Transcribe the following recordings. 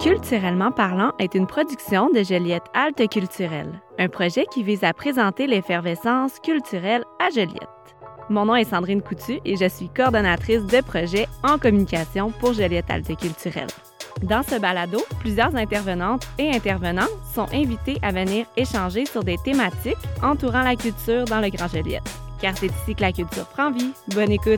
Culturellement parlant est une production de Joliette Halte Culturelle, un projet qui vise à présenter l'effervescence culturelle à Joliette. Mon nom est Sandrine Coutu et je suis coordonnatrice de projet en communication pour Joliette Halte Culturelle. Dans ce balado, plusieurs intervenantes et intervenants sont invités à venir échanger sur des thématiques entourant la culture dans le Grand Joliette. Car c'est ici que la culture prend vie. Bonne écoute!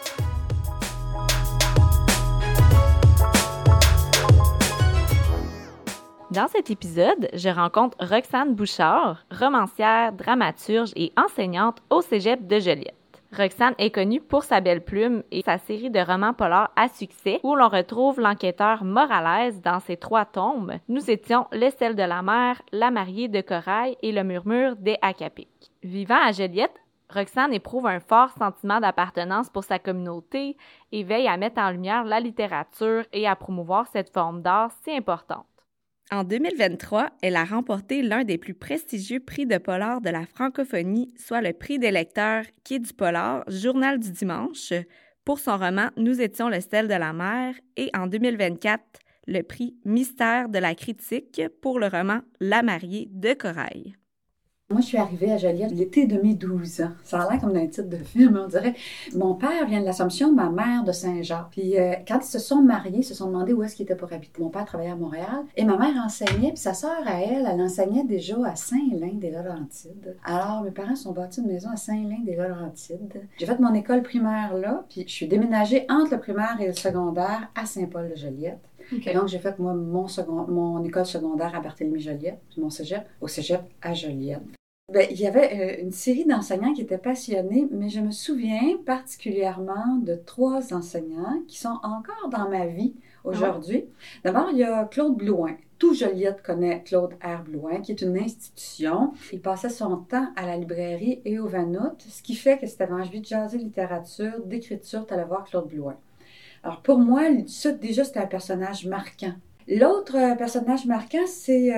Dans cet épisode, je rencontre Roxane Bouchard, romancière, dramaturge et enseignante au Cégep de Joliette. Roxane est connue pour sa belle plume et sa série de romans polars à succès où l'on retrouve l'enquêteur Morales dans ses 3 tomes. Nous étions L'aisselle de la mer, La mariée de corail et Le murmure des Acapiques. Vivant à Joliette, Roxane éprouve un fort sentiment d'appartenance pour sa communauté et veille à mettre en lumière la littérature et à promouvoir cette forme d'art si importante. En 2023, elle a remporté l'un des plus prestigieux prix de polar de la francophonie, soit le prix des lecteurs Quai du polar, Journal du dimanche, pour son roman Nous étions le sel de la mer, et en 2024, le prix Mystère de la critique pour le roman La mariée de corail. Moi, je suis arrivée à Joliette l'été de mes 12 ans. Ça a l'air comme un titre de film, on dirait. Mon père vient de l'Assomption, ma mère de Saint-Jean. Puis quand ils se sont mariés, ils se sont demandé où est-ce qu'ils étaient pour habiter. Mon père travaillait à Montréal et ma mère enseignait. Puis sa sœur, à elle enseignait déjà à Saint-Lin-des-Laurentides. Alors, mes parents sont bâtis une maison à Saint-Lin-des-Laurentides. J'ai fait mon école primaire là, puis je suis déménagée entre le primaire et le secondaire à Saint-Paul-de-Joliette. Okay. Donc, j'ai fait, moi, mon école secondaire à Barthélemy-Joliette, puis mon cégep au cégep à Joliette. Bien, il y avait une série d'enseignants qui étaient passionnés, mais je me souviens particulièrement de 3 enseignants qui sont encore dans ma vie aujourd'hui. D'abord, il y a Claude Blouin. Tout Joliette connaît Claude R. Blouin, qui est une institution. Il passait son temps à la librairie et au Vanout, ce qui fait que si tu avais envie de jaser littérature, d'écriture, tu allais voir Claude Blouin. Alors pour moi, ça déjà, c'était un personnage marquant. L'autre personnage marquant, c'est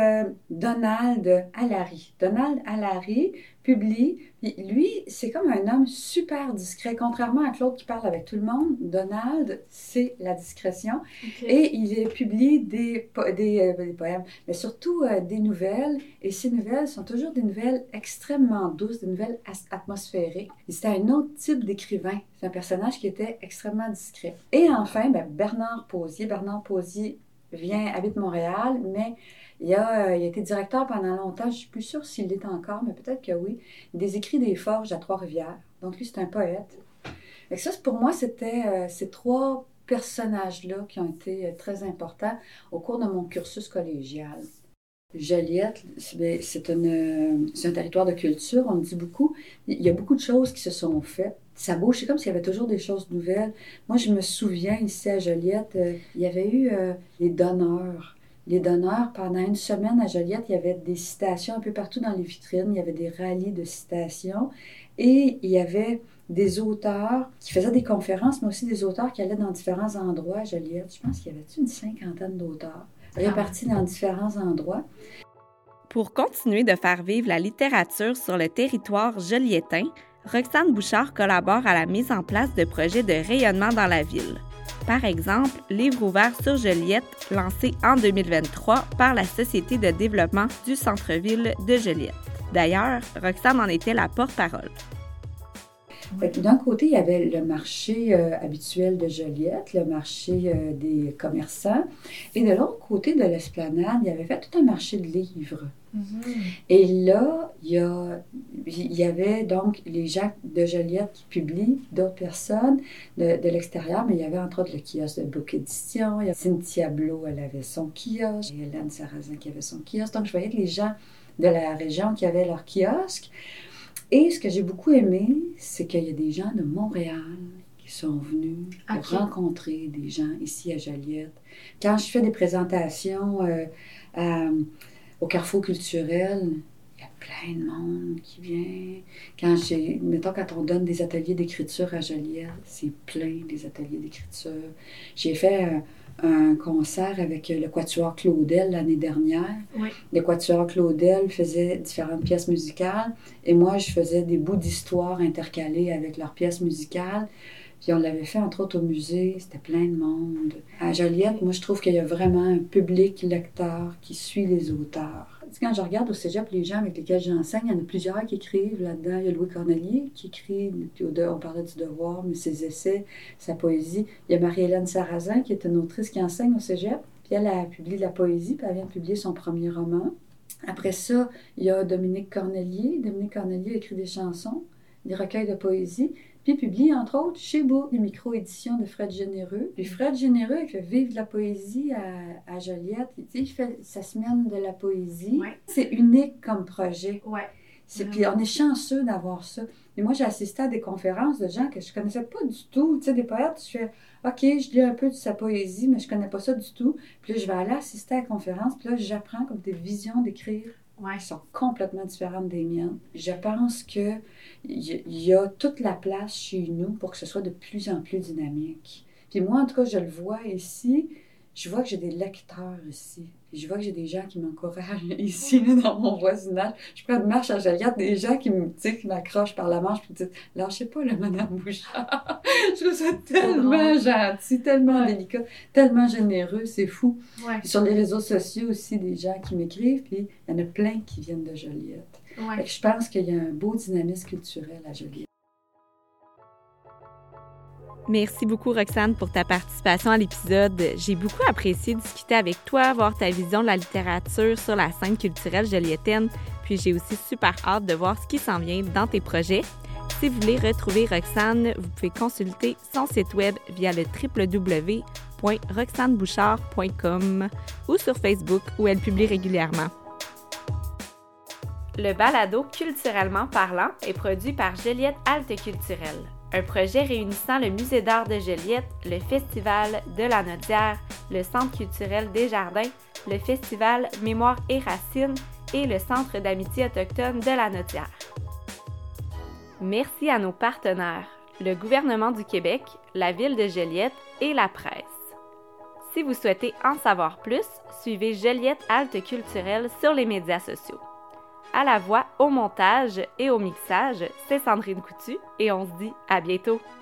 Donald Allary. Donald Allary publie, puis lui, c'est comme un homme super discret. Contrairement à Claude qui parle avec tout le monde, Donald, c'est la discrétion. Okay. Et il publie des poèmes, mais surtout des nouvelles. Et ces nouvelles sont toujours des nouvelles extrêmement douces, des nouvelles atmosphériques. Et c'était un autre type d'écrivain. C'est un personnage qui était extrêmement discret. Et enfin, Bernard Posier. Bernard Posier habite Montréal, mais il a été directeur pendant longtemps, je ne suis plus sûre s'il l'est encore, mais peut-être que oui, des écrits des Forges à Trois-Rivières. Donc lui, c'est un poète. Et ça, pour moi, c'était ces 3 personnages-là qui ont été très importants au cours de mon cursus collégial. Joliette, c'est un territoire de culture, on le dit beaucoup. Il y a beaucoup de choses qui se sont faites. Ça bouge, c'est comme s'il y avait toujours des choses nouvelles. Moi, je me souviens, ici à Joliette, il y avait eu les donneurs. Les donneurs, pendant une semaine à Joliette, il y avait des citations un peu partout dans les vitrines. Il y avait des rallyes de citations. Et il y avait des auteurs qui faisaient des conférences, mais aussi des auteurs qui allaient dans différents endroits à Joliette. Je pense qu'il y avait une 50aine d'auteurs répartis dans différents endroits. Pour continuer de faire vivre la littérature sur le territoire joliettain, Roxane Bouchard collabore à la mise en place de projets de rayonnement dans la ville. Par exemple, Livre ouvert sur Joliette, lancé en 2023 par la Société de développement du centre-ville de Joliette. D'ailleurs, Roxane en était la porte-parole. D'un côté, il y avait le marché habituel de Joliette, le marché des commerçants, et de l'autre côté de l'esplanade, il y avait fait tout un marché de livres. Mm-hmm. Et là, il y avait donc les gens de Joliette qui publient, d'autres personnes de l'extérieur, mais il y avait entre autres le kiosque de Book Édition, il y a Cynthia Blot, elle avait son kiosque, et Hélène Sarrazin qui avait son kiosque. Donc, je voyais que les gens de la région qui avaient leur kiosque. Et ce que j'ai beaucoup aimé, c'est qu'il y a des gens de Montréal qui sont venus rencontrer des gens ici à Joliette. Quand je fais des présentations au Carrefour culturel, il y a plein de monde qui vient. Quand on donne des ateliers d'écriture à Joliette, c'est plein des ateliers d'écriture. J'ai fait un concert avec le Quatuor Claudel l'année dernière. Oui. Le Quatuor Claudel faisait différentes pièces musicales et moi, je faisais des bouts d'histoire intercalés avec leurs pièces musicales. Puis on l'avait fait, entre autres, au musée. C'était plein de monde. À Joliette, moi, je trouve qu'il y a vraiment un public lecteur qui suit les auteurs. Tu sais, quand je regarde au cégep les gens avec lesquels j'enseigne, il y en a plusieurs qui écrivent là-dedans. Il y a Louis Cornelier qui écrit, puis on parlait du devoir, mais ses essais, sa poésie. Il y a Marie-Hélène Sarrazin, qui est une autrice qui enseigne au cégep. Puis elle a publié de la poésie, puis elle vient de publier son premier roman. Après ça, il y a Dominique Cornelier. Dominique Cornelier a écrit des chansons, des recueils de poésie, puis publie, entre autres, chez Bourg, les micro-éditions de Fred Généreux. Puis Fred Généreux, il fait vivre de la poésie à Joliette. Tu sais, il fait sa semaine de la poésie. Ouais. C'est unique comme projet. Ouais. Puis on est chanceux d'avoir ça. Et moi, j'ai assisté à des conférences de gens que je connaissais pas du tout. Tu sais, des poètes, je fais « OK, je lis un peu de sa poésie, mais je connais pas ça du tout. » Puis là, je vais aller assister à la conférence, puis là, j'apprends comme des visions d'écrire qui sont complètement différentes des miennes. Je pense qu'il y a toute la place chez nous pour que ce soit de plus en plus dynamique. Puis moi, en tout cas, je le vois ici. Je vois que j'ai des lecteurs ici. Puis je vois que j'ai des gens qui m'encouragent ici, là, dans mon voisinage. Je prends une marche à Joliette, des gens qui m'accrochent par la manche puis me disent « Lâchez pas la Madame Bouchard! » Je trouve ça tellement gentil, tellement délicat, tellement généreux, c'est fou. Ouais. Puis sur les réseaux sociaux aussi, des gens qui m'écrivent, puis il y en a plein qui viennent de Joliette. Ouais. Fait que je pense qu'il y a un beau dynamisme culturel à Joliette. Merci beaucoup, Roxane, pour ta participation à l'épisode. J'ai beaucoup apprécié discuter avec toi, voir ta vision de la littérature sur la scène culturelle jolietaine, puis j'ai aussi super hâte de voir ce qui s'en vient dans tes projets. Si vous voulez retrouver Roxane, vous pouvez consulter son site web via le www.roxanebouchard.com ou sur Facebook où elle publie régulièrement. Le balado Culturellement parlant est produit par Joliette Halte Culturelle, un projet réunissant le Musée d'art de Joliette, le Festival de la Nodière, le Centre culturel des Jardins, le Festival Mémoire et Racines et le Centre d'amitié autochtone de la Nodière. Merci à nos partenaires, le gouvernement du Québec, la ville de Joliette et la presse. Si vous souhaitez en savoir plus, suivez Joliette Halte Culturelle sur les médias sociaux. À la voix, au montage et au mixage, c'est Sandrine Coutu et on se dit à bientôt!